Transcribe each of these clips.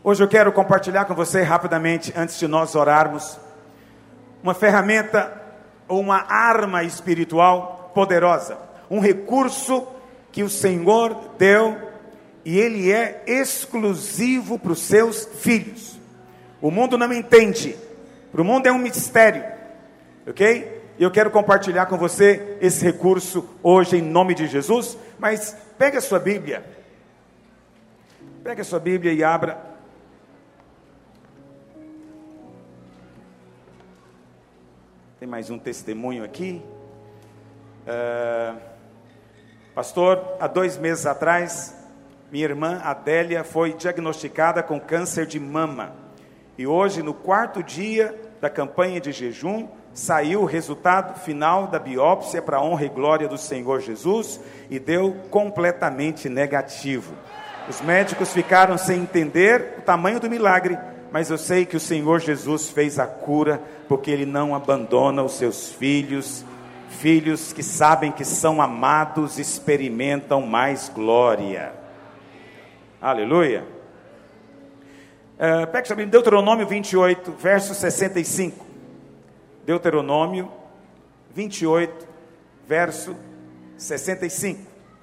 Hoje eu quero compartilhar com você rapidamente, antes de nós orarmos, uma ferramenta ou uma arma espiritual poderosa, um recurso que o Senhor deu e ele é exclusivo para os seus filhos. O mundo não entende, para o mundo é um mistério, ok? E eu quero compartilhar com você esse recurso hoje em nome de Jesus. Mas pegue a sua Bíblia e abra tem mais um testemunho aqui. Pastor, há 2 meses atrás, minha irmã Adélia foi diagnosticada com câncer de mama. E hoje, no 4º dia da campanha de jejum, saiu o resultado final da biópsia para a honra e glória do Senhor Jesus e deu completamente negativo. Os médicos ficaram sem entender o tamanho do milagre, mas eu sei que o Senhor Jesus fez a cura, porque Ele não abandona os seus filhos. Filhos que sabem que são amados experimentam mais glória. Aleluia. Pegue sua Bíblia, Deuteronômio 28, verso 65. Deuteronômio 28, verso 65.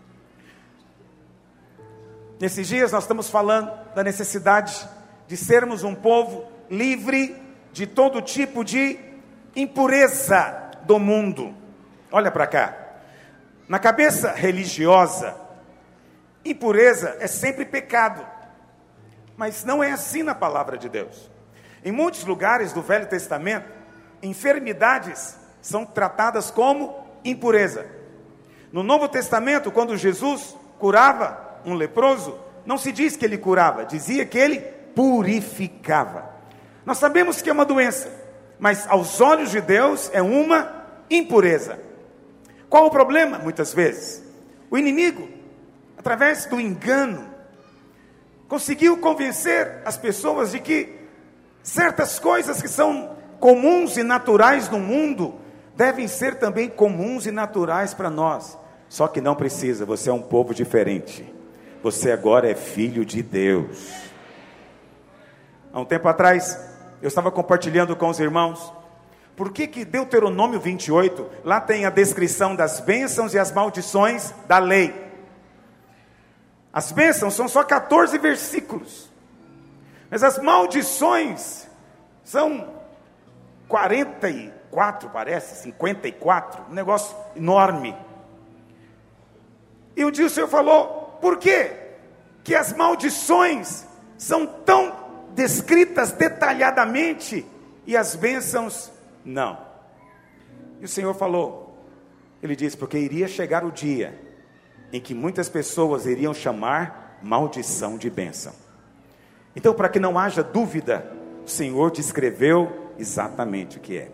Nesses dias nós estamos falando da necessidade de sermos um povo livre de todo tipo de impureza do mundo. Olha para cá. Na cabeça religiosa, impureza é sempre pecado. Mas não é assim na palavra de Deus. Em muitos lugares do Velho Testamento, enfermidades são tratadas como impureza. No Novo Testamento, quando Jesus curava um leproso, não se diz que ele curava, dizia que ele purificava. Nós sabemos que é uma doença, mas aos olhos de Deus é uma impureza. Qual o problema? Muitas vezes, o inimigo, através do engano, conseguiu convencer as pessoas de que certas coisas que são comuns e naturais no mundo devem ser também comuns e naturais para nós. Só que não precisa, você é um povo diferente. Você agora é filho de Deus. Há um tempo atrás, eu estava compartilhando com os irmãos, por que Deuteronômio 28, lá tem a descrição das bênçãos e as maldições da lei. As bênçãos são só 14 versículos, mas as maldições são 44, parece, 54, um negócio enorme. E um dia o Senhor falou, por quê? Que as maldições são tão descritas detalhadamente e as bênçãos não. E o Senhor falou, Ele disse, porque iria chegar o dia em que muitas pessoas iriam chamar maldição de bênção. Então, para que não haja dúvida, o Senhor descreveu exatamente o que é.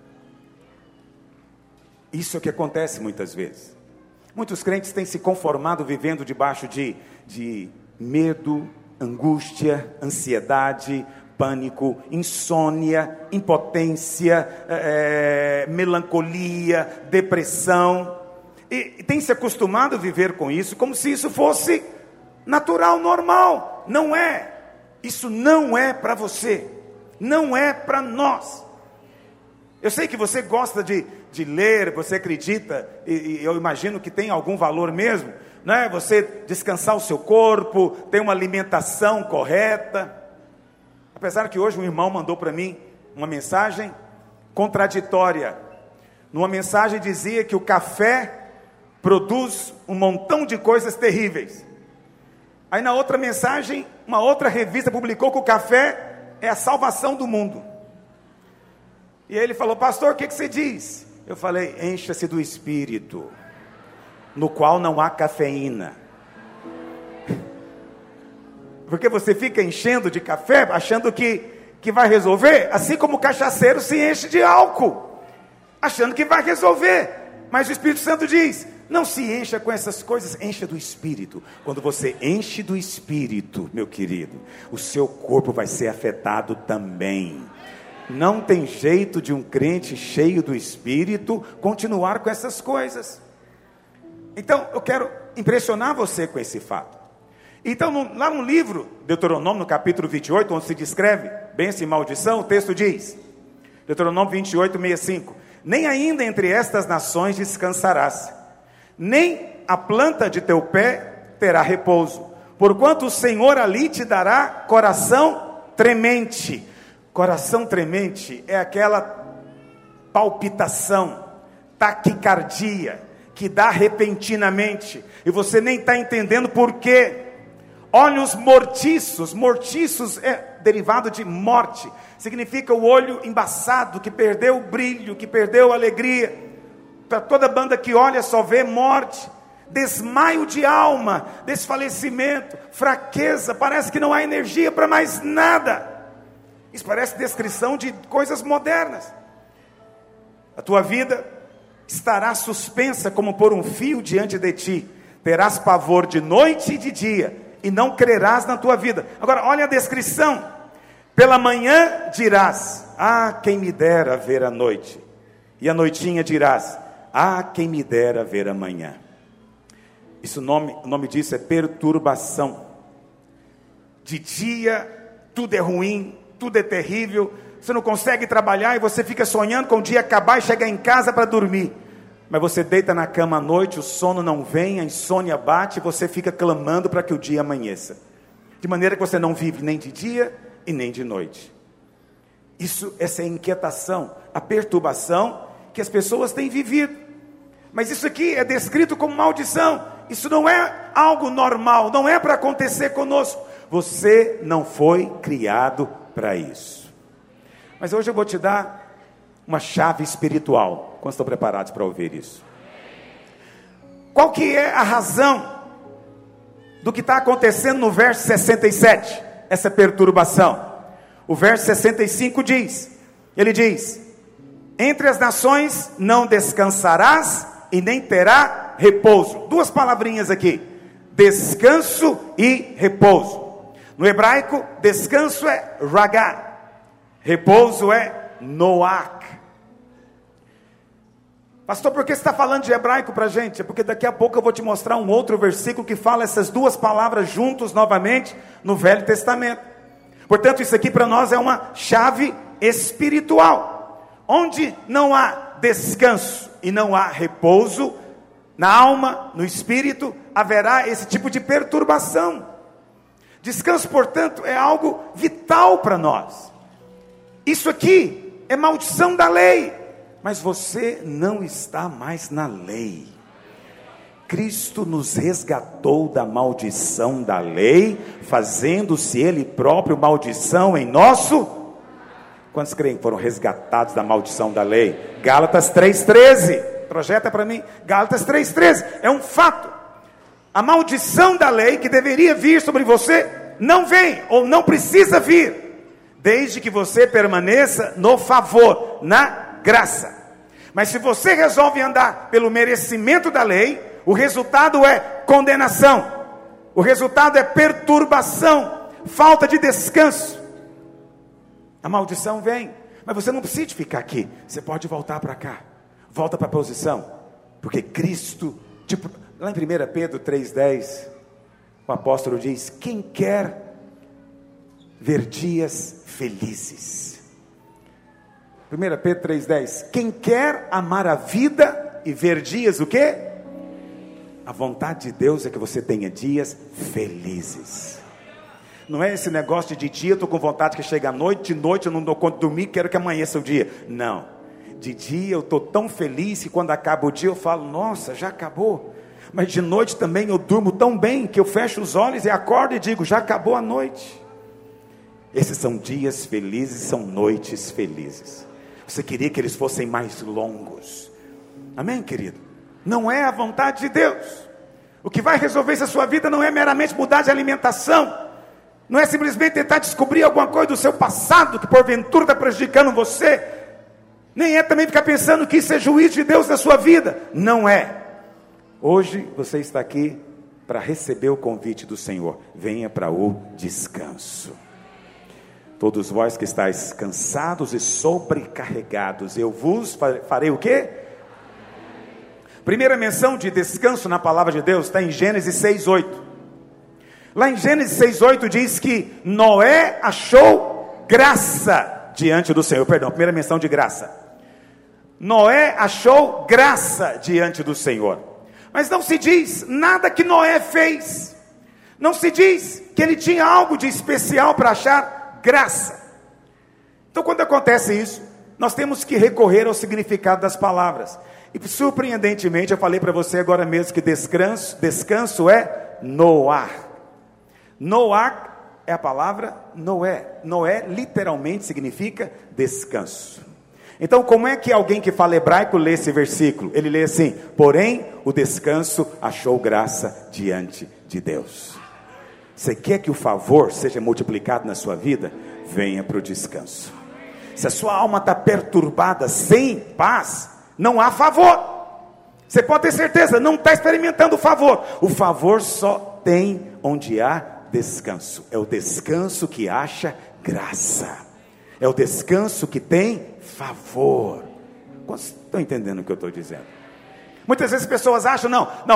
Isso é o que acontece muitas vezes. Muitos crentes têm se conformado vivendo debaixo de medo, angústia, ansiedade, pânico, insônia, impotência, melancolia, depressão. E tem se acostumado a viver com isso como se isso fosse natural, normal. Não é. Isso não é para você. Não é para nós. Eu sei que você gosta de ler, você acredita, e eu imagino que tem algum valor mesmo, né? Você descansar o seu corpo, ter uma alimentação correta. Apesar que hoje um irmão mandou para mim uma mensagem contraditória. Numa mensagem dizia que o café produz um montão de coisas terríveis. Aí na outra mensagem, uma outra revista publicou que o café é a salvação do mundo. E aí ele falou, pastor, o que você diz? Eu falei, encha-se do Espírito, no qual não há cafeína. Porque você fica enchendo de café, achando que vai resolver, assim como o cachaceiro se enche de álcool, achando que vai resolver. Mas o Espírito Santo diz, não se encha com essas coisas, encha do Espírito. Quando você enche do Espírito, meu querido, o seu corpo vai ser afetado também. Não tem jeito de um crente cheio do Espírito continuar com essas coisas. Então, eu quero impressionar você com esse fato. Então, lá no livro Deuteronômio, no capítulo 28, onde se descreve bênção e maldição, o texto diz, Deuteronômio 28, 65, nem ainda entre estas nações descansarás, nem a planta de teu pé terá repouso, porquanto o Senhor ali te dará coração tremente. Coração tremente é aquela palpitação, taquicardia, que dá repentinamente, e você nem está entendendo por quê. Olhos mortiços, mortiços é derivado de morte, significa o olho embaçado, que perdeu o brilho, que perdeu a alegria. Para toda banda que olha só vê morte, desmaio de alma, desfalecimento, fraqueza, parece que não há energia para mais nada. Isso parece descrição de coisas modernas. A tua vida estará suspensa como por um fio diante de ti, terás pavor de noite e de dia, e não crerás na tua vida. Agora olha a descrição, pela manhã dirás, quem me dera ver a noite, e à noitinha dirás, quem me dera ver a manhã. Isso, o nome disso é perturbação. De dia tudo é ruim, tudo é terrível, você não consegue trabalhar e você fica sonhando com o dia acabar e chegar em casa para dormir. Mas você deita na cama à noite, o sono não vem, a insônia bate e você fica clamando para que o dia amanheça. De maneira que você não vive nem de dia e nem de noite. Essa é a inquietação, a perturbação que as pessoas têm vivido. Mas isso aqui é descrito como maldição. Isso não é algo normal, não é para acontecer conosco. Você não foi criado para isso. Mas hoje eu vou te dar uma chave espiritual. Quantos estão preparados para ouvir isso? Qual que é a razão do que está acontecendo no verso 67? Essa perturbação. O verso 65 diz, ele diz, entre as nações não descansarás e nem terá repouso. Duas palavrinhas aqui, descanso e repouso. No hebraico, descanso é ragá, repouso é noach. Pastor, por que você está falando de hebraico para a gente? É porque daqui a pouco eu vou te mostrar um outro versículo que fala essas duas palavras juntos novamente no Velho Testamento. Portanto, isso aqui para nós é uma chave espiritual. Onde não há descanso e não há repouso, na alma, no espírito, haverá esse tipo de perturbação. Descanso, portanto, é algo vital para nós. Isso aqui é maldição da lei. Mas você não está mais na lei. Cristo nos resgatou da maldição da lei, fazendo-se Ele próprio maldição em nosso... Quantos creem que foram resgatados da maldição da lei? Gálatas 3,13. Projeta para mim. Gálatas 3,13. É um fato. A maldição da lei que deveria vir sobre você, não vem, ou não precisa vir, desde que você permaneça no favor, na graça. Mas se você resolve andar pelo merecimento da lei, o resultado é condenação, o resultado é perturbação, falta de descanso. A maldição vem, mas você não precisa ficar aqui, você pode voltar para cá, volta para a posição, porque Cristo, lá em 1 Pedro 3,10, o apóstolo diz, quem quer ver dias felizes? 1 Pedro 3,10, quem quer amar a vida e ver dias o quê? A vontade de Deus é que você tenha dias felizes. Não é esse negócio de dia eu estou com vontade que chega à noite, de noite eu não dou conta de dormir, quero que amanheça o dia. Não, de dia eu estou tão feliz que quando acaba o dia eu falo, nossa, já acabou. Mas de noite também eu durmo tão bem que eu fecho os olhos e acordo e digo, já acabou a noite. Esses são dias felizes, são noites felizes. Você queria que eles fossem mais longos. Amém, querido? Não é a vontade de Deus. O que vai resolver essa sua vida não é meramente mudar de alimentação. Não é simplesmente tentar descobrir alguma coisa do seu passado que porventura está prejudicando você. Nem é também ficar pensando que isso é juízo de Deus na sua vida. Não é. Hoje você está aqui para receber o convite do Senhor. Venha para o descanso. Todos vós que estáis cansados e sobrecarregados, eu vos farei o quê? Primeira menção de descanso na palavra de Deus está em Gênesis 6:8. Lá em Gênesis 6:8 diz que Noé achou graça diante do Senhor. Perdão, primeira menção de graça. Noé achou graça diante do Senhor. Mas não se diz nada que Noé fez. Não se diz que ele tinha algo de especial para achar graça. Então, quando acontece isso, nós temos que recorrer ao significado das palavras. E surpreendentemente, eu falei para você agora mesmo que descanso é Noá. Noá é a palavra Noé. Noé literalmente significa descanso. Então, como é que alguém que fala hebraico lê esse versículo? Ele lê assim: porém, o descanso achou graça diante de Deus. Você quer que o favor seja multiplicado na sua vida? Venha para o descanso. Se a sua alma está perturbada, sem paz, não há favor. Você pode ter certeza, não está experimentando o favor. O favor só tem onde há descanso. É o descanso que acha graça. É o descanso que tem favor. Quantos estão entendendo o que eu estou dizendo? Muitas vezes as pessoas acham,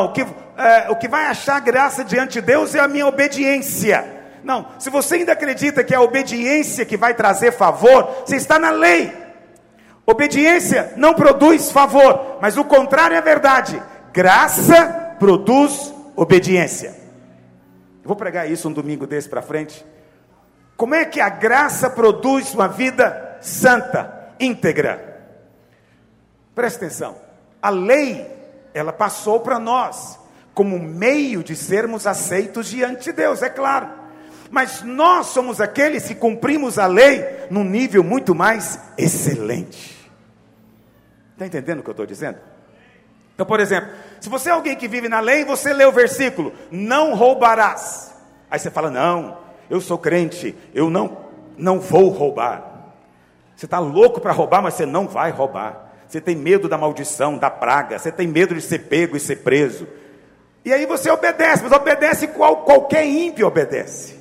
o que vai achar graça diante de Deus é a minha obediência. Não, se você ainda acredita que é a obediência que vai trazer favor, você está na lei. Obediência não produz favor, mas o contrário é verdade. Graça produz obediência. Eu vou pregar isso um domingo desse para frente. Como é que a graça produz uma vida santa, íntegra? Presta atenção. A lei, ela passou para nós como meio de sermos aceitos diante de Deus, é claro. Mas nós somos aqueles que cumprimos a lei num nível muito mais excelente. Está entendendo o que eu estou dizendo? Então, por exemplo, se você é alguém que vive na lei, você lê o versículo, não roubarás. Aí você fala, não, eu sou crente, eu não vou roubar. Você está louco para roubar, mas você não vai roubar. Você tem medo da maldição, da praga, você tem medo de ser pego e ser preso. E aí você obedece, mas obedece qualquer ímpio obedece.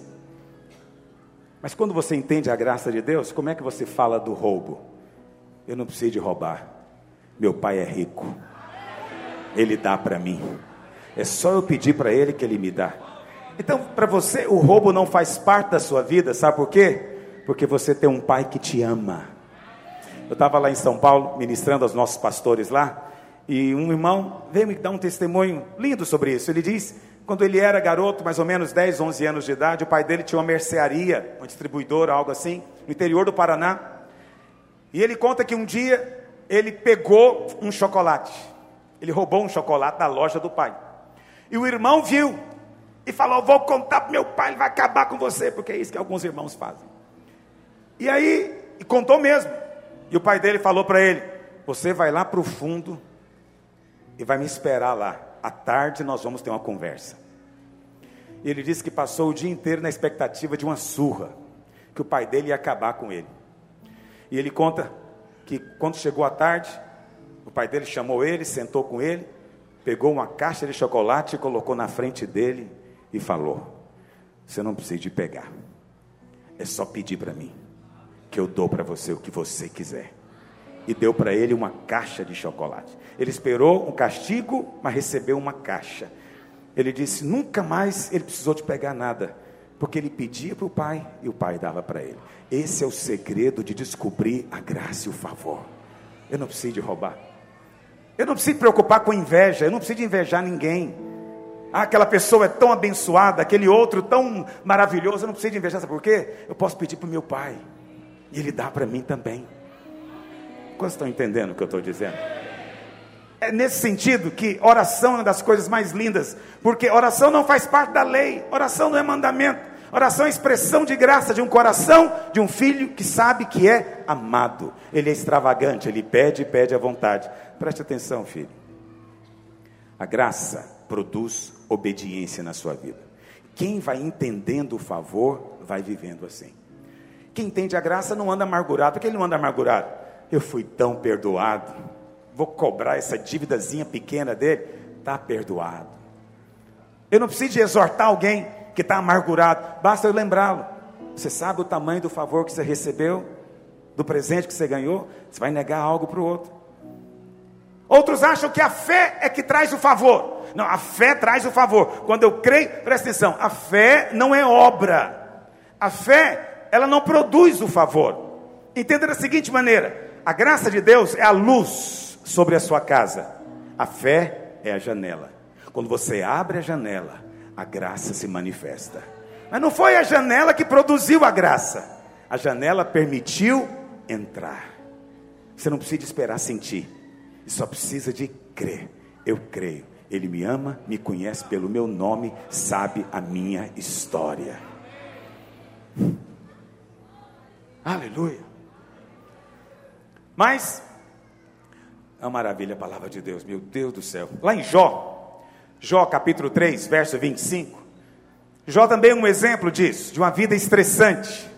Mas quando você entende a graça de Deus, como é que você fala do roubo? Eu não preciso de roubar. Meu pai é rico. Ele dá para mim. É só eu pedir para ele que ele me dá. Então, para você, o roubo não faz parte da sua vida. Sabe por quê? Porque você tem um pai que te ama. Eu estava lá em São Paulo, ministrando aos nossos pastores lá. E um irmão veio me dar um testemunho lindo sobre isso. Ele diz, quando ele era garoto, mais ou menos 10, 11 anos de idade, o pai dele tinha uma mercearia, uma distribuidora, algo assim, no interior do Paraná. E ele conta que um dia ele pegou um chocolate. Ele roubou um chocolate da loja do pai. E o irmão viu e falou, vou contar para meu pai, ele vai acabar com você, porque é isso que alguns irmãos fazem. E aí, e contou mesmo. E o pai dele falou para ele, você vai lá para o fundo e vai me esperar lá. À tarde nós vamos ter uma conversa. E ele disse que passou o dia inteiro na expectativa de uma surra, que o pai dele ia acabar com ele. E ele conta que quando chegou a tarde, o pai dele chamou ele, sentou com ele, pegou uma caixa de chocolate e colocou na frente dele e falou, você não precisa de pegar, é só pedir para mim, que eu dou para você o que você quiser. E deu para ele uma caixa de chocolate. Ele esperou um castigo, mas recebeu uma caixa. Ele disse, nunca mais ele precisou de pegar nada, porque ele pedia para o pai, e o pai dava para ele. Esse é o segredo de descobrir a graça e o favor. Eu não preciso de roubar. Eu não preciso me preocupar com inveja, eu não preciso de invejar ninguém. Aquela pessoa é tão abençoada, aquele outro tão maravilhoso, eu não preciso de invejar, sabe por quê? Eu posso pedir para o meu pai, e ele dá para mim também. Quantos estão entendendo o que eu estou dizendo? É nesse sentido que oração é uma das coisas mais lindas, porque oração não faz parte da lei, oração não é mandamento, oração é expressão de graça de um coração, de um filho que sabe que é amado. Ele é extravagante, ele pede e pede à vontade. Preste atenção, filho. A graça produz obediência na sua vida. Quem vai entendendo o favor, vai vivendo assim. Quem entende a graça não anda amargurado. Por que ele não anda amargurado? Eu fui tão perdoado, vou cobrar essa dívidazinha pequena dele, está perdoado. Eu não preciso de exortar alguém que está amargurado, basta eu lembrá-lo. Você sabe o tamanho do favor que você recebeu, do presente que você ganhou? Você vai negar algo para o outro. Outros acham que a fé é que traz o favor. Não, a fé traz o favor. Quando eu creio, presta atenção, a fé não é obra. A fé, ela não produz o favor. Entenda da seguinte maneira: a graça de Deus é a luz sobre a sua casa. A fé é a janela. Quando você abre a janela, a graça se manifesta. Mas não foi a janela que produziu a graça. A janela permitiu entrar. Você não precisa esperar sentir. Só precisa de crer. Eu creio. Ele me ama, me conhece pelo meu nome, sabe a minha história. Aleluia. Mas, é uma maravilha a palavra de Deus, meu Deus do céu. Lá em Jó capítulo 3, verso 25. Jó também é um exemplo disso, de uma vida estressante.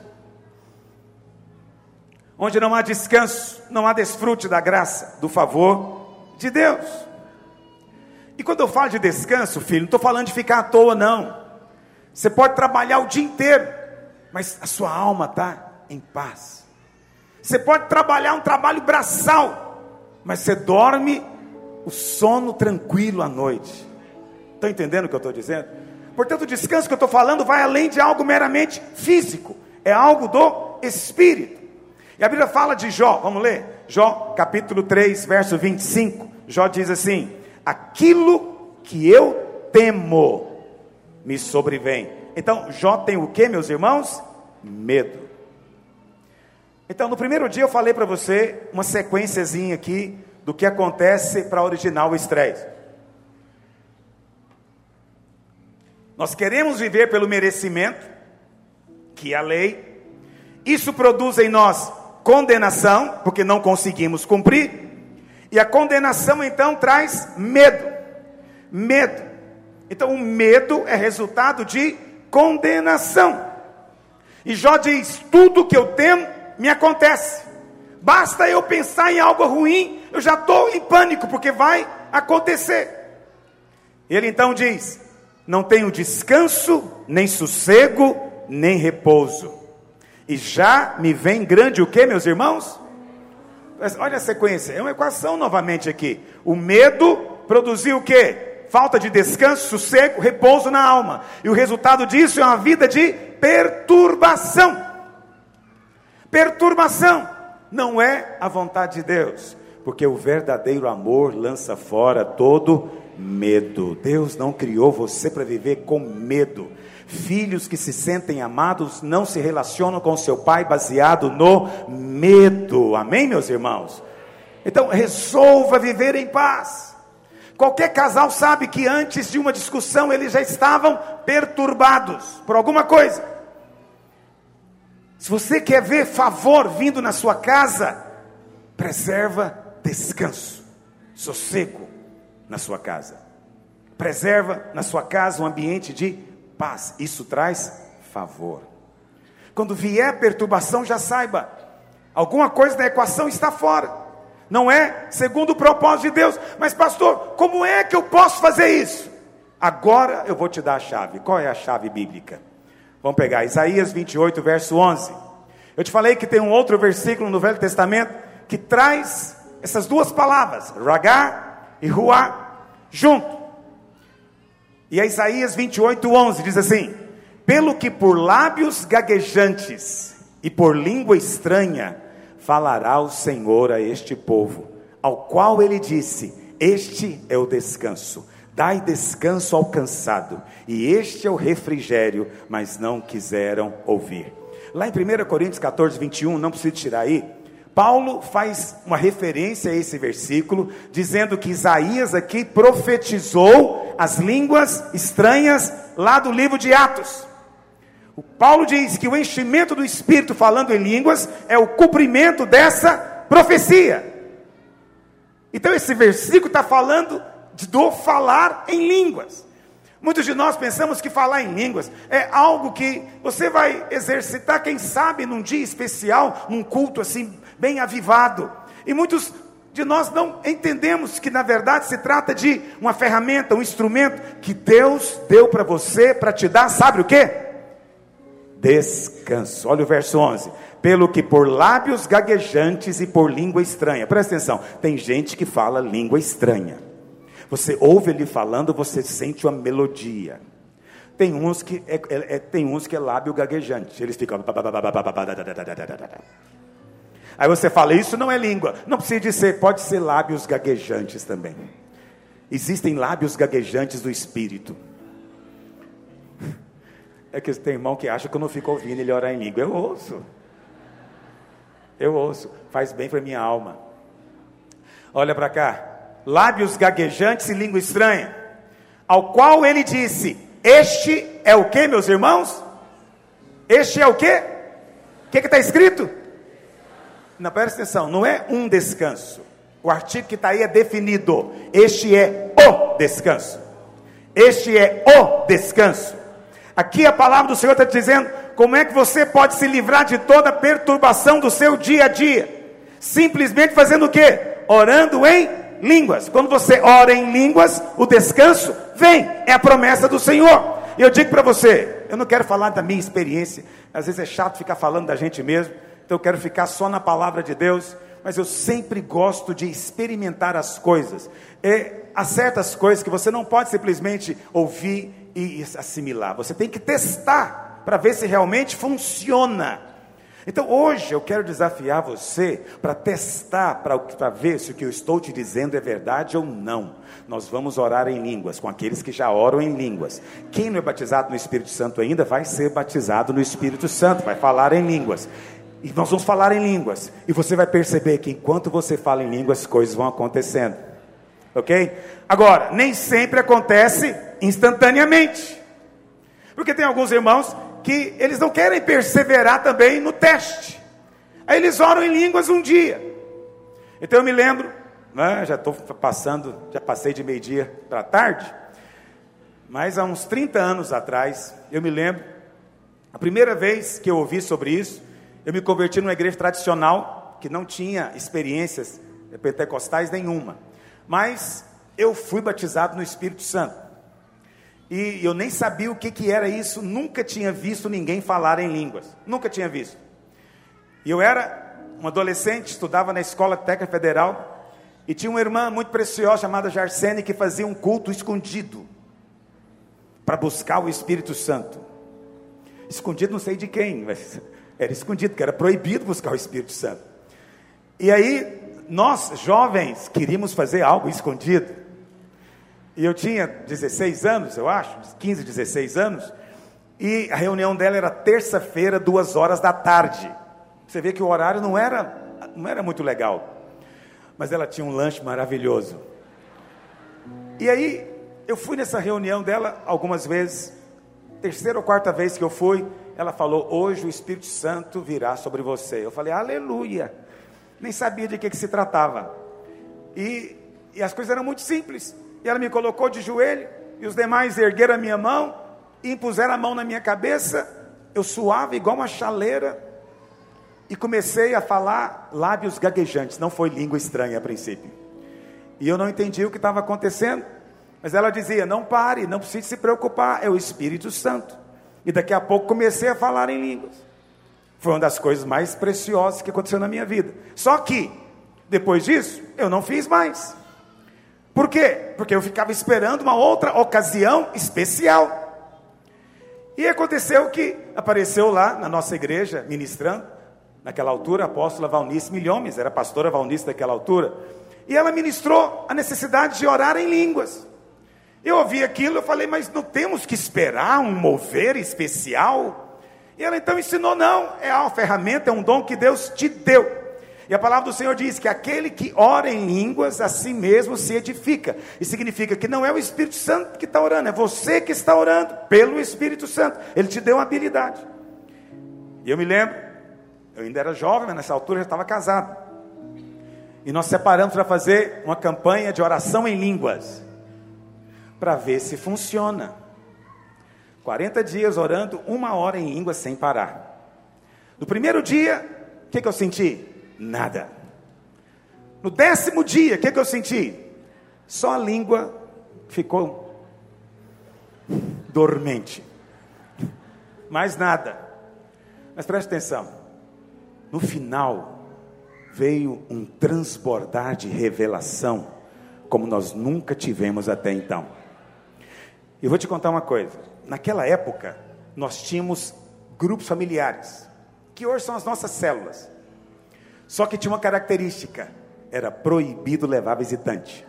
Onde não há descanso, não há desfrute da graça, do favor de Deus. E quando eu falo de descanso, filho, não estou falando de ficar à toa, não. Você pode trabalhar o dia inteiro, mas a sua alma está em paz. Você pode trabalhar um trabalho braçal, mas você dorme o sono tranquilo à noite. Estão entendendo o que eu estou dizendo? Portanto, o descanso que eu estou falando vai além de algo meramente físico. É algo do espírito. E a Bíblia fala de Jó, vamos ler? Jó capítulo 3, verso 25. Jó diz assim: aquilo que eu temo me sobrevém. Então, Jó tem o que, meus irmãos? Medo. Então, no primeiro dia eu falei para você uma sequenciazinha aqui do que acontece para originar o estresse. Nós queremos viver pelo merecimento, que é a lei. Isso produz em nós condenação, porque não conseguimos cumprir. E a condenação então traz medo. Medo. Então o medo é resultado de condenação. E Jó diz: tudo que eu temo me acontece. Basta eu pensar em algo ruim, eu já estou em pânico, porque vai acontecer. Ele então diz: não tenho descanso, nem sossego, nem repouso. E já me vem grande o que, meus irmãos? Olha a sequência, é uma equação novamente aqui. O medo produziu o que? Falta de descanso, sossego, repouso na alma. E o resultado disso é uma vida de perturbação. Perturbação não é a vontade de Deus, porque o verdadeiro amor lança fora todo medo. Deus não criou você para viver com medo. Filhos que se sentem amados não se relacionam com seu pai baseado no medo. Amém, meus irmãos? Então resolva viver em paz. Qualquer casal sabe que antes de uma discussão eles já estavam perturbados por alguma coisa. Se você quer ver favor vindo na sua casa, preserva descanso, sossego na sua casa. Preserva na sua casa um ambiente de paz. Isso traz favor. Quando vier perturbação, já saiba, alguma coisa da equação está fora. Não é segundo o propósito de Deus. Mas pastor, como é que eu posso fazer isso? Agora eu vou te dar a chave. Qual é a chave bíblica? Vamos pegar Isaías 28, verso 11. Eu te falei que tem um outro versículo no Velho Testamento que traz essas duas palavras, Ragá e Ruá, junto. E a Isaías 28, 11 diz assim: pelo que por lábios gaguejantes e por língua estranha falará o Senhor a este povo, ao qual ele disse: este é o descanso. Dai descanso ao cansado, e este é o refrigério, mas não quiseram ouvir. Lá em 1 Coríntios 14, 21, não precisa tirar aí, Paulo faz uma referência a esse versículo, dizendo que Isaías aqui profetizou as línguas estranhas lá do livro de Atos. O Paulo diz que o enchimento do Espírito falando em línguas é o cumprimento dessa profecia. Então esse versículo está falando do falar em línguas. Muitos de nós pensamos que falar em línguas é algo que você vai exercitar, quem sabe, num dia especial, num culto assim, bem avivado. E muitos de nós não entendemos que na verdade se trata de uma ferramenta, um instrumento que Deus deu para você, para te dar, sabe o quê? descanso. Olha o verso 11. Pelo que por lábios gaguejantes e por língua estranha. Presta atenção, tem gente que fala língua estranha. Você ouve ele falando, você sente uma melodia. Tem uns que é lábio gaguejante. Eles ficam... Aí você fala, isso não é língua. Não precisa de ser, pode ser lábios gaguejantes também. Existem lábios gaguejantes do Espírito. É que tem irmão que acha que eu não fico ouvindo ele orar em língua. Eu ouço. Faz bem para minha alma. Olha para cá. Lábios gaguejantes e língua estranha. Ao qual ele disse, este é o que, meus irmãos? Este é o que? O que está escrito? Não, presta atenção, não é um descanso. O artigo que está aí é definido. Este é o descanso. Este é o descanso. Aqui a palavra do Senhor está dizendo como é que você pode se livrar de toda a perturbação do seu dia a dia. Simplesmente fazendo o quê? Orando em línguas. Quando você ora em línguas, o descanso vem. É a promessa do Senhor. E eu digo para você, eu não quero falar da minha experiência. Às vezes é chato ficar falando da gente mesmo. Então eu quero ficar só na palavra de Deus. Mas eu sempre gosto de experimentar as coisas. Há certas coisas que você não pode simplesmente ouvir e assimilar. Você tem que testar para ver se realmente funciona. Então hoje eu quero desafiar você para testar, para ver se o que eu estou te dizendo é verdade ou não. Nós vamos orar em línguas, com aqueles que já oram em línguas. Quem não é batizado no Espírito Santo ainda, vai ser batizado no Espírito Santo, vai falar em línguas. E nós vamos falar em línguas. E você vai perceber que enquanto você fala em línguas, coisas vão acontecendo. Ok? Agora, nem sempre acontece instantaneamente. Porque tem alguns irmãos que eles não querem perseverar também no teste. Aí eles oram em línguas um dia. Então eu me lembro, né, já passei de meio-dia para tarde. Mas há uns 30 anos atrás, eu me lembro, a primeira vez que eu ouvi sobre isso, eu me converti numa igreja tradicional, que não tinha experiências pentecostais nenhuma. Mas eu fui batizado no Espírito Santo. E eu nem sabia o que era isso, nunca tinha visto ninguém falar em línguas. Nunca tinha visto. E eu era um adolescente, estudava na Escola Técnica Federal, e tinha uma irmã muito preciosa, chamada Jarsene, que fazia um culto escondido, para buscar o Espírito Santo. Escondido não sei de quem, mas... era escondido, porque era proibido buscar o Espírito Santo. E aí, nós, jovens, queríamos fazer algo escondido. E eu tinha 16 anos, eu acho, 15, 16 anos. E a reunião dela era terça-feira, 2h da tarde. Você vê que o horário não era muito legal. Mas ela tinha um lanche maravilhoso. E aí, eu fui nessa reunião dela algumas vezes. Terceira ou quarta vez que eu fui, ela falou, hoje o Espírito Santo virá sobre você. Eu falei, aleluia. Nem sabia de que se tratava. E as coisas eram muito simples. E ela me colocou de joelho, e os demais ergueram a minha mão, e impuseram a mão na minha cabeça. Eu suava igual uma chaleira, e comecei a falar lábios gaguejantes. Não foi língua estranha a princípio. E eu não entendi o que estava acontecendo. Mas ela dizia, não pare, não precise se preocupar, é o Espírito Santo. E daqui a pouco comecei a falar em línguas. Foi uma das coisas mais preciosas que aconteceu na minha vida. Só que, depois disso, eu não fiz mais. Por quê? Porque eu ficava esperando uma outra ocasião especial. E aconteceu que apareceu lá na nossa igreja, ministrando, naquela altura, a apóstola Valnice Milhomes, era a pastora Valnice daquela altura. E ela ministrou a necessidade de orar em línguas. Eu ouvi aquilo, eu falei, mas não temos que esperar um mover especial? E ela então ensinou, não, é uma ferramenta, é um dom que Deus te deu. E a palavra do Senhor diz que aquele que ora em línguas, a si mesmo se edifica. E significa que não é o Espírito Santo que está orando, é você que está orando pelo Espírito Santo. Ele te deu uma habilidade. E eu me lembro, eu ainda era jovem, mas nessa altura eu já estava casado. E nós separamos para fazer uma campanha de oração em línguas, para ver se funciona. 40 dias orando, 1h em línguas sem parar. No primeiro dia, o que eu senti? Nada. No 10º dia, o que eu senti? Só a língua ficou dormente. Mais nada. Mas preste atenção, no final veio um transbordar de revelação como nós nunca tivemos até então. Eu vou te contar uma coisa, naquela época nós tínhamos grupos familiares, que hoje são as nossas células, só que tinha uma característica, era proibido levar visitante,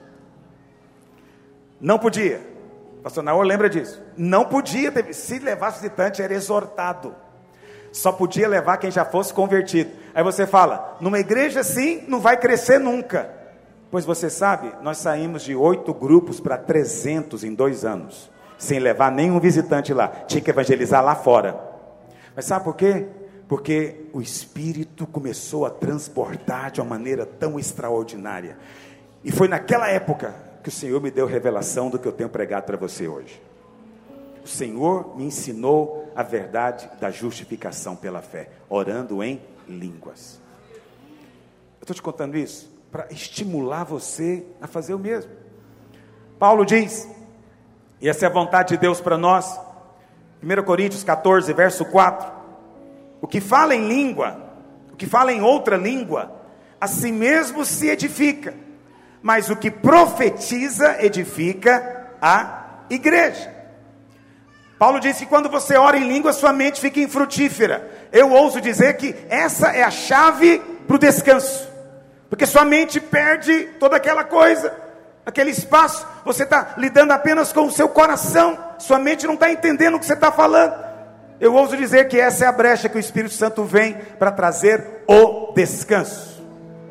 não podia, pastor Naor lembra disso, não podia, se levasse visitante era exortado, só podia levar quem já fosse convertido. Aí você fala, numa igreja assim não vai crescer nunca, pois você sabe, nós saímos de 8 grupos para 300 em 2 anos, sem levar nenhum visitante lá, tinha que evangelizar lá fora. Mas sabe por quê? Porque o Espírito começou a transportar de uma maneira tão extraordinária, e foi naquela época que o Senhor me deu revelação do que eu tenho pregado para você hoje. O Senhor me ensinou a verdade da justificação pela fé, orando em línguas. Eu estou te contando isso para estimular você a fazer o mesmo. Paulo diz, e essa é a vontade de Deus para nós, 1 Coríntios 14, verso 4, o que fala em língua, o que fala em outra língua, a si mesmo se edifica, mas o que profetiza edifica a igreja. Paulo disse que quando você ora em língua, sua mente fica infrutífera. Eu ouso dizer que essa é a chave para o descanso, porque sua mente perde toda aquela coisa, aquele espaço, você está lidando apenas com o seu coração, sua mente não está entendendo o que você está falando. Eu ouso dizer que essa é a brecha que o Espírito Santo vem para trazer o descanso,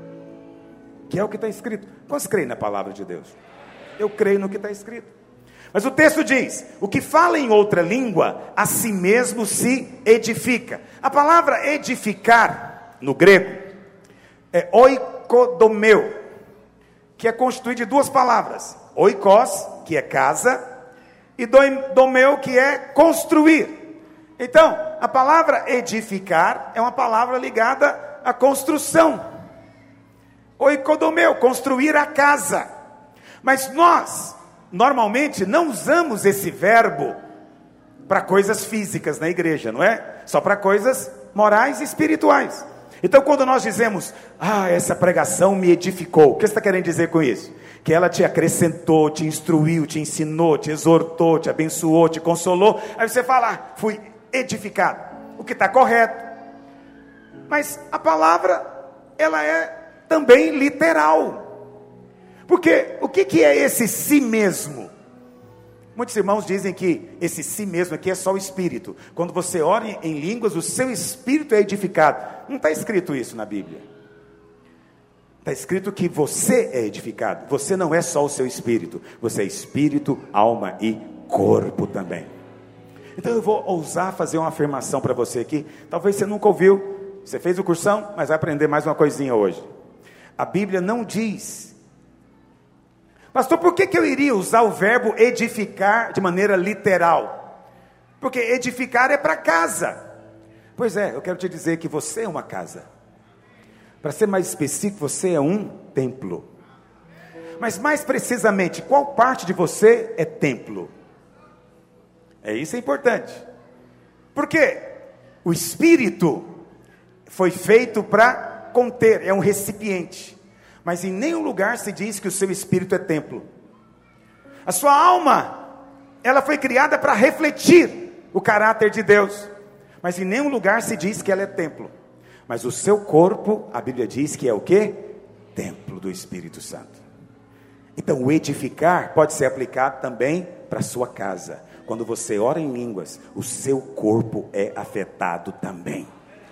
que é o que está escrito. Quantos creem na palavra de Deus? Eu creio no que está escrito. Mas o texto diz, o que fala em outra língua, a si mesmo se edifica. A palavra edificar, no grego, é oikodomeu, que é constituído de 2 palavras, oikos, que é casa, e domeu, que é construir. Então, a palavra edificar é uma palavra ligada à construção. Oikodomeu, construir a casa. Mas nós, normalmente, não usamos esse verbo para coisas físicas na igreja, não é? Só para coisas morais e espirituais. Então, quando nós dizemos, essa pregação me edificou, o que você está querendo dizer com isso? Que ela te acrescentou, te instruiu, te ensinou, te exortou, te abençoou, te consolou. Aí você fala, fui edificado, o que está correto. Mas a palavra, ela é também literal. Porque o que é esse si mesmo? Muitos irmãos dizem que esse si mesmo aqui é só o espírito. Quando você ora em línguas, o seu espírito é edificado. Não está escrito isso na Bíblia. Está escrito que você é edificado. Você não é só o seu espírito. Você é espírito, alma e corpo também. Então eu vou ousar fazer uma afirmação para você aqui. Talvez você nunca ouviu. Você fez o cursão, mas vai aprender mais uma coisinha hoje. A Bíblia não diz... Pastor, por que eu iria usar o verbo edificar de maneira literal? Porque edificar é para casa. Pois é, eu quero te dizer que você é uma casa. Para ser mais específico, você é um templo. Mas mais precisamente, qual parte de você é templo? Isso é importante. Porque o Espírito foi feito para conter, é um recipiente. Mas em nenhum lugar se diz que o seu espírito é templo. A sua alma, ela foi criada para refletir o caráter de Deus. Mas em nenhum lugar se diz que ela é templo. Mas o seu corpo, a Bíblia diz que é o quê? Templo do Espírito Santo. Então o edificar pode ser aplicado também para a sua casa. Quando você ora em línguas, o seu corpo é afetado também.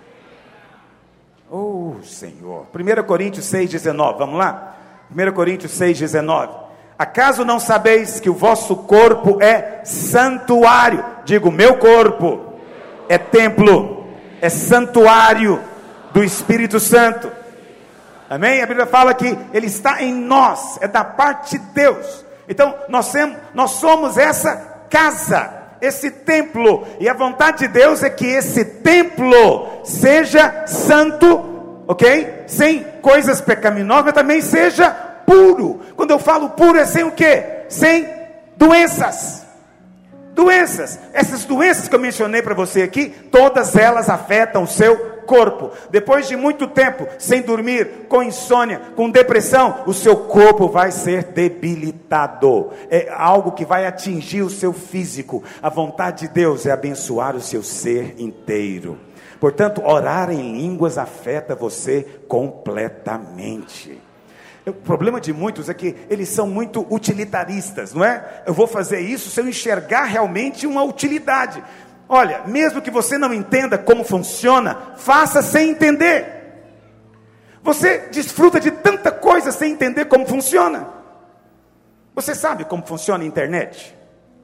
Oh, Senhor. 1 Coríntios 6,19, vamos lá? 1 Coríntios 6,19. Acaso não sabeis que o vosso corpo é santuário? Digo, meu corpo é templo, é santuário do Espírito Santo. Amém? A Bíblia fala que Ele está em nós, é da parte de Deus. Então, nós somos essa casa, esse templo, e a vontade de Deus é que esse templo seja santo, ok? Sem coisas pecaminosas, mas também seja puro. Quando eu falo puro, é sem o quê? Sem doenças. Doenças, essas doenças que eu mencionei para você aqui, todas elas afetam o seu corpo. Depois de muito tempo sem dormir, com insônia, com depressão, o seu corpo vai ser debilitado. É algo que vai atingir o seu físico. A vontade de Deus é abençoar o seu ser inteiro. Portanto, orar em línguas afeta você completamente. O problema de muitos é que eles são muito utilitaristas, não é? Eu vou fazer isso se eu enxergar realmente uma utilidade. Olha, mesmo que você não entenda como funciona, faça sem entender. Você desfruta de tanta coisa sem entender como funciona. Você sabe como funciona a internet?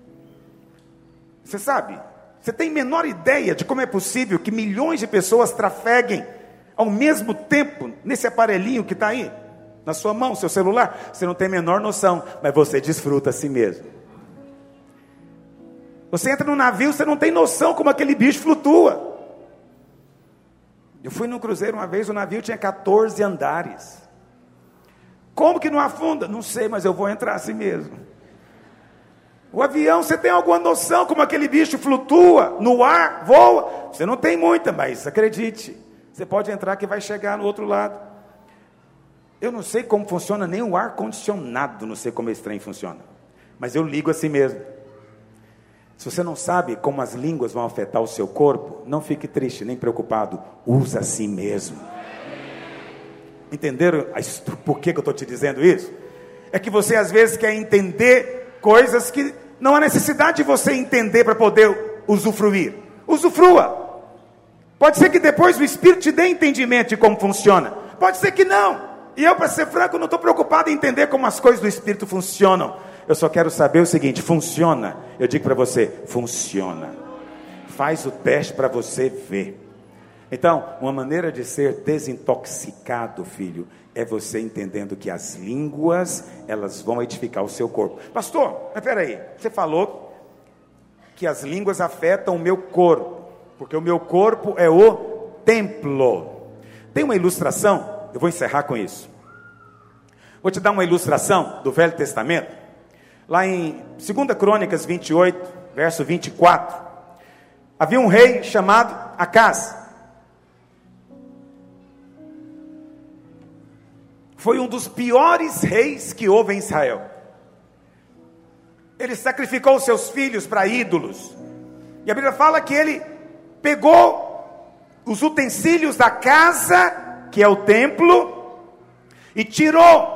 Você sabe? Você tem menor ideia de como é possível que milhões de pessoas trafeguem ao mesmo tempo nesse aparelhinho que está aí? Na sua mão, seu celular, você não tem a menor noção, mas você desfruta a si mesmo. Você entra num navio, você não tem noção como aquele bicho flutua. Eu fui num cruzeiro uma vez, o navio tinha 14 andares. Como que não afunda? Não sei, mas eu vou entrar assim mesmo. O avião, você tem alguma noção como aquele bicho flutua, no ar, voa? Você não tem muita, mas acredite, você pode entrar que vai chegar no outro lado. Eu não sei como funciona nem o ar-condicionado, não sei como esse trem funciona. Mas eu ligo assim mesmo. Se você não sabe como as línguas vão afetar o seu corpo, não fique triste, nem preocupado. Usa assim mesmo. Entenderam por que eu estou te dizendo isso? É que você às vezes quer entender coisas que não há necessidade de você entender para poder usufruir. Usufrua. Pode ser que depois o Espírito te dê entendimento de como funciona. Pode ser que não. E eu, para ser franco, não estou preocupado em entender como as coisas do Espírito funcionam. Eu só quero saber o seguinte: funciona? Eu digo para você, funciona. Faz o teste para você ver. Então, uma maneira de ser desintoxicado, filho, é você entendendo que as línguas, elas vão edificar o seu corpo. Pastor, mas peraí, você falou que as línguas afetam o meu corpo, porque o meu corpo é o templo. Tem uma ilustração. Eu vou encerrar com isso. Vou te dar uma ilustração do Velho Testamento. Lá em 2 Crônicas 28, verso 24. Havia um rei chamado Acás. Foi um dos piores reis que houve em Israel. Ele sacrificou seus filhos para ídolos. E a Bíblia fala que ele pegou os utensílios da casa, que é o templo, e tirou.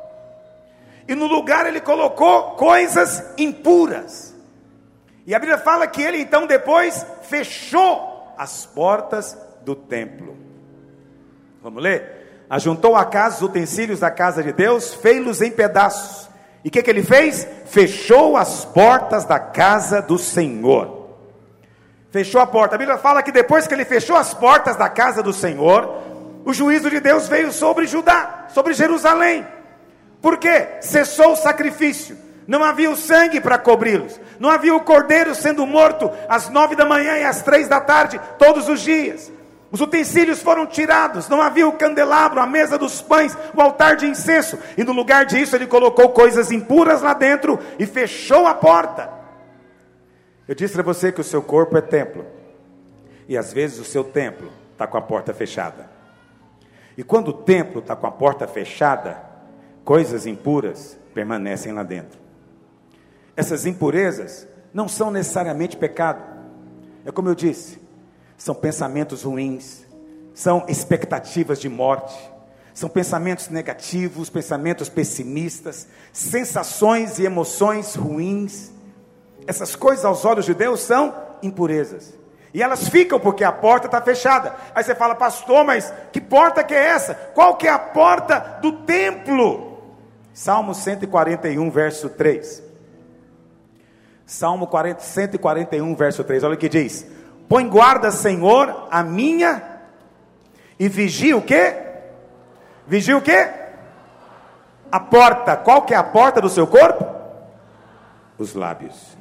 E no lugar ele colocou coisas impuras. E a Bíblia fala que ele então depois fechou as portas do templo. Vamos ler? Ajuntou a casa os utensílios da casa de Deus, fez-los em pedaços. E o que ele fez? Fechou as portas da casa do Senhor. Fechou a porta. A Bíblia fala que depois que ele fechou as portas da casa do Senhor, o juízo de Deus veio sobre Judá, sobre Jerusalém. Por quê? Cessou o sacrifício. Não havia o sangue para cobri-los. Não havia o cordeiro sendo morto às 9 da manhã e às 3 da tarde, todos os dias. Os utensílios foram tirados. Não havia o candelabro, a mesa dos pães, o altar de incenso. E no lugar disso ele colocou coisas impuras lá dentro e fechou a porta. Eu disse para você que o seu corpo é templo. E às vezes o seu templo está com a porta fechada. E quando o templo está com a porta fechada, coisas impuras permanecem lá dentro. Essas impurezas não são necessariamente pecado. É como eu disse, são pensamentos ruins, são expectativas de morte, são pensamentos negativos, pensamentos pessimistas, sensações e emoções ruins. Essas coisas aos olhos de Deus são impurezas. E elas ficam porque a porta está fechada. Aí você fala: pastor, mas que porta que é essa? Qual que é a porta do templo? Salmo 141, verso 3. Salmo 141, verso 3. Olha o que diz: põe guarda, Senhor, a minha, e vigia o quê? Vigia o quê? A porta. Qual que é a porta do seu corpo? Os lábios.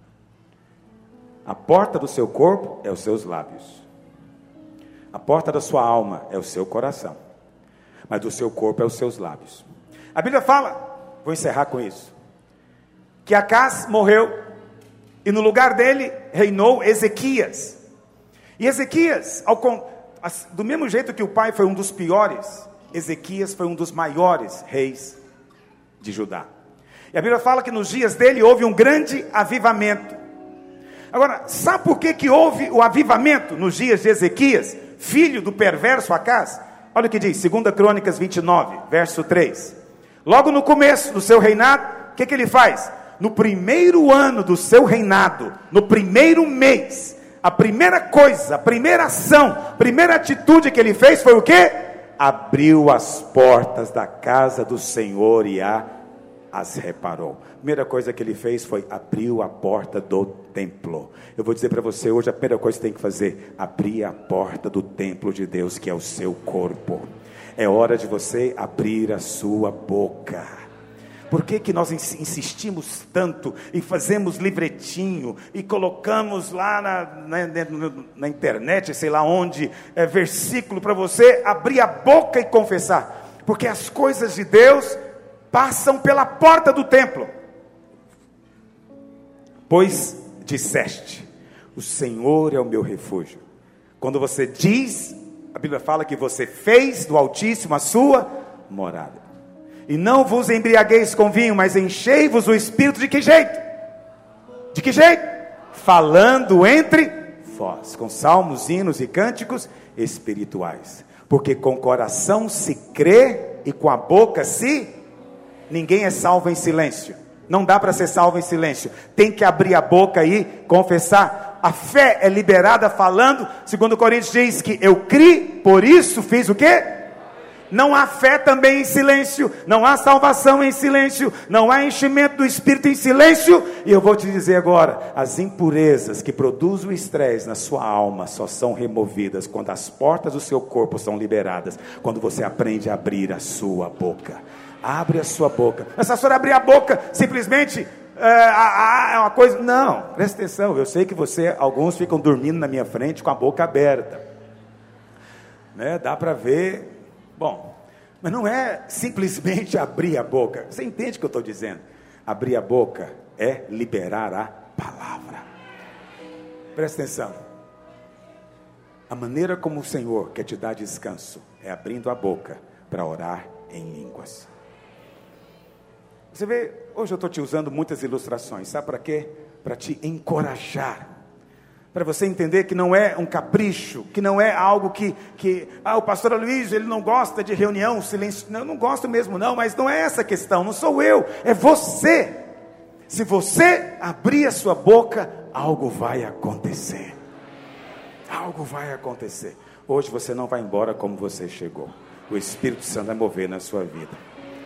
A porta do seu corpo é os seus lábios. A porta da sua alma é o seu coração. Mas do seu corpo é os seus lábios. A Bíblia fala, vou encerrar com isso, que Acás morreu E no lugar dele reinou Ezequias. E Ezequias, do mesmo jeito que o pai foi um dos piores, Ezequias foi um dos maiores reis de Judá. E a Bíblia fala que nos dias dele houve um grande avivamento. Agora, sabe por que houve o avivamento nos dias de Ezequias, filho do perverso Acás? Olha o que diz, 2 Crônicas 29, verso 3. Logo no começo do seu reinado, o que ele faz? No primeiro ano do seu reinado, no primeiro mês, a primeira coisa, a primeira ação, a primeira atitude que ele fez foi o quê? Abriu as portas da casa do Senhor e as reparou. A primeira coisa que ele fez foi abriu a porta do templo. Eu vou dizer para você hoje, a primeira coisa que você tem que fazer, abrir a porta do templo de Deus, que é o seu corpo. É hora de você abrir a sua boca. Por que nós insistimos tanto e fazemos livretinho e colocamos lá na internet, sei lá onde, versículo para você abrir a boca e confessar? Porque as coisas de Deus passam pela porta do templo. Pois disseste, o Senhor é o meu refúgio. Quando você diz, a Bíblia fala que você fez do Altíssimo a sua morada. E não vos embriagueis com vinho, mas enchei-vos o Espírito de que jeito? De que jeito? Falando entre vós, com salmos, hinos e cânticos espirituais. Porque com o coração se crê e com a boca se... Ninguém é salvo em silêncio. Não dá para ser salvo em silêncio. Tem que abrir a boca e confessar. A fé é liberada falando. 2 Coríntios diz que eu criei, por isso fiz o quê? Não há fé também em silêncio, não há salvação em silêncio, não há enchimento do Espírito em silêncio. E eu vou te dizer agora, as impurezas que produzem o estresse na sua alma só são removidas quando as portas do seu corpo são liberadas, quando você aprende a abrir a sua boca. Abre a sua boca. Essa senhora abrir a boca simplesmente é uma coisa... Não, presta atenção, eu sei que alguns ficam dormindo na minha frente com a boca aberta, né? Dá para ver. Bom, mas não é simplesmente abrir a boca. Você entende o que eu estou dizendo? Abrir a boca é liberar a palavra. Presta atenção. A maneira como o Senhor quer te dar descanso é abrindo a boca para orar em línguas. Você vê, hoje eu estou te usando muitas ilustrações. Sabe para quê? Para te encorajar. Para você entender que não é um capricho, que não é algo que o pastor Aloysio, ele não gosta de reunião, silêncio. Não, eu não gosto mesmo não, mas não é essa a questão, não sou eu, é você. Se você abrir a sua boca, algo vai acontecer. Algo vai acontecer. Hoje você não vai embora como você chegou. O Espírito Santo vai mover na sua vida.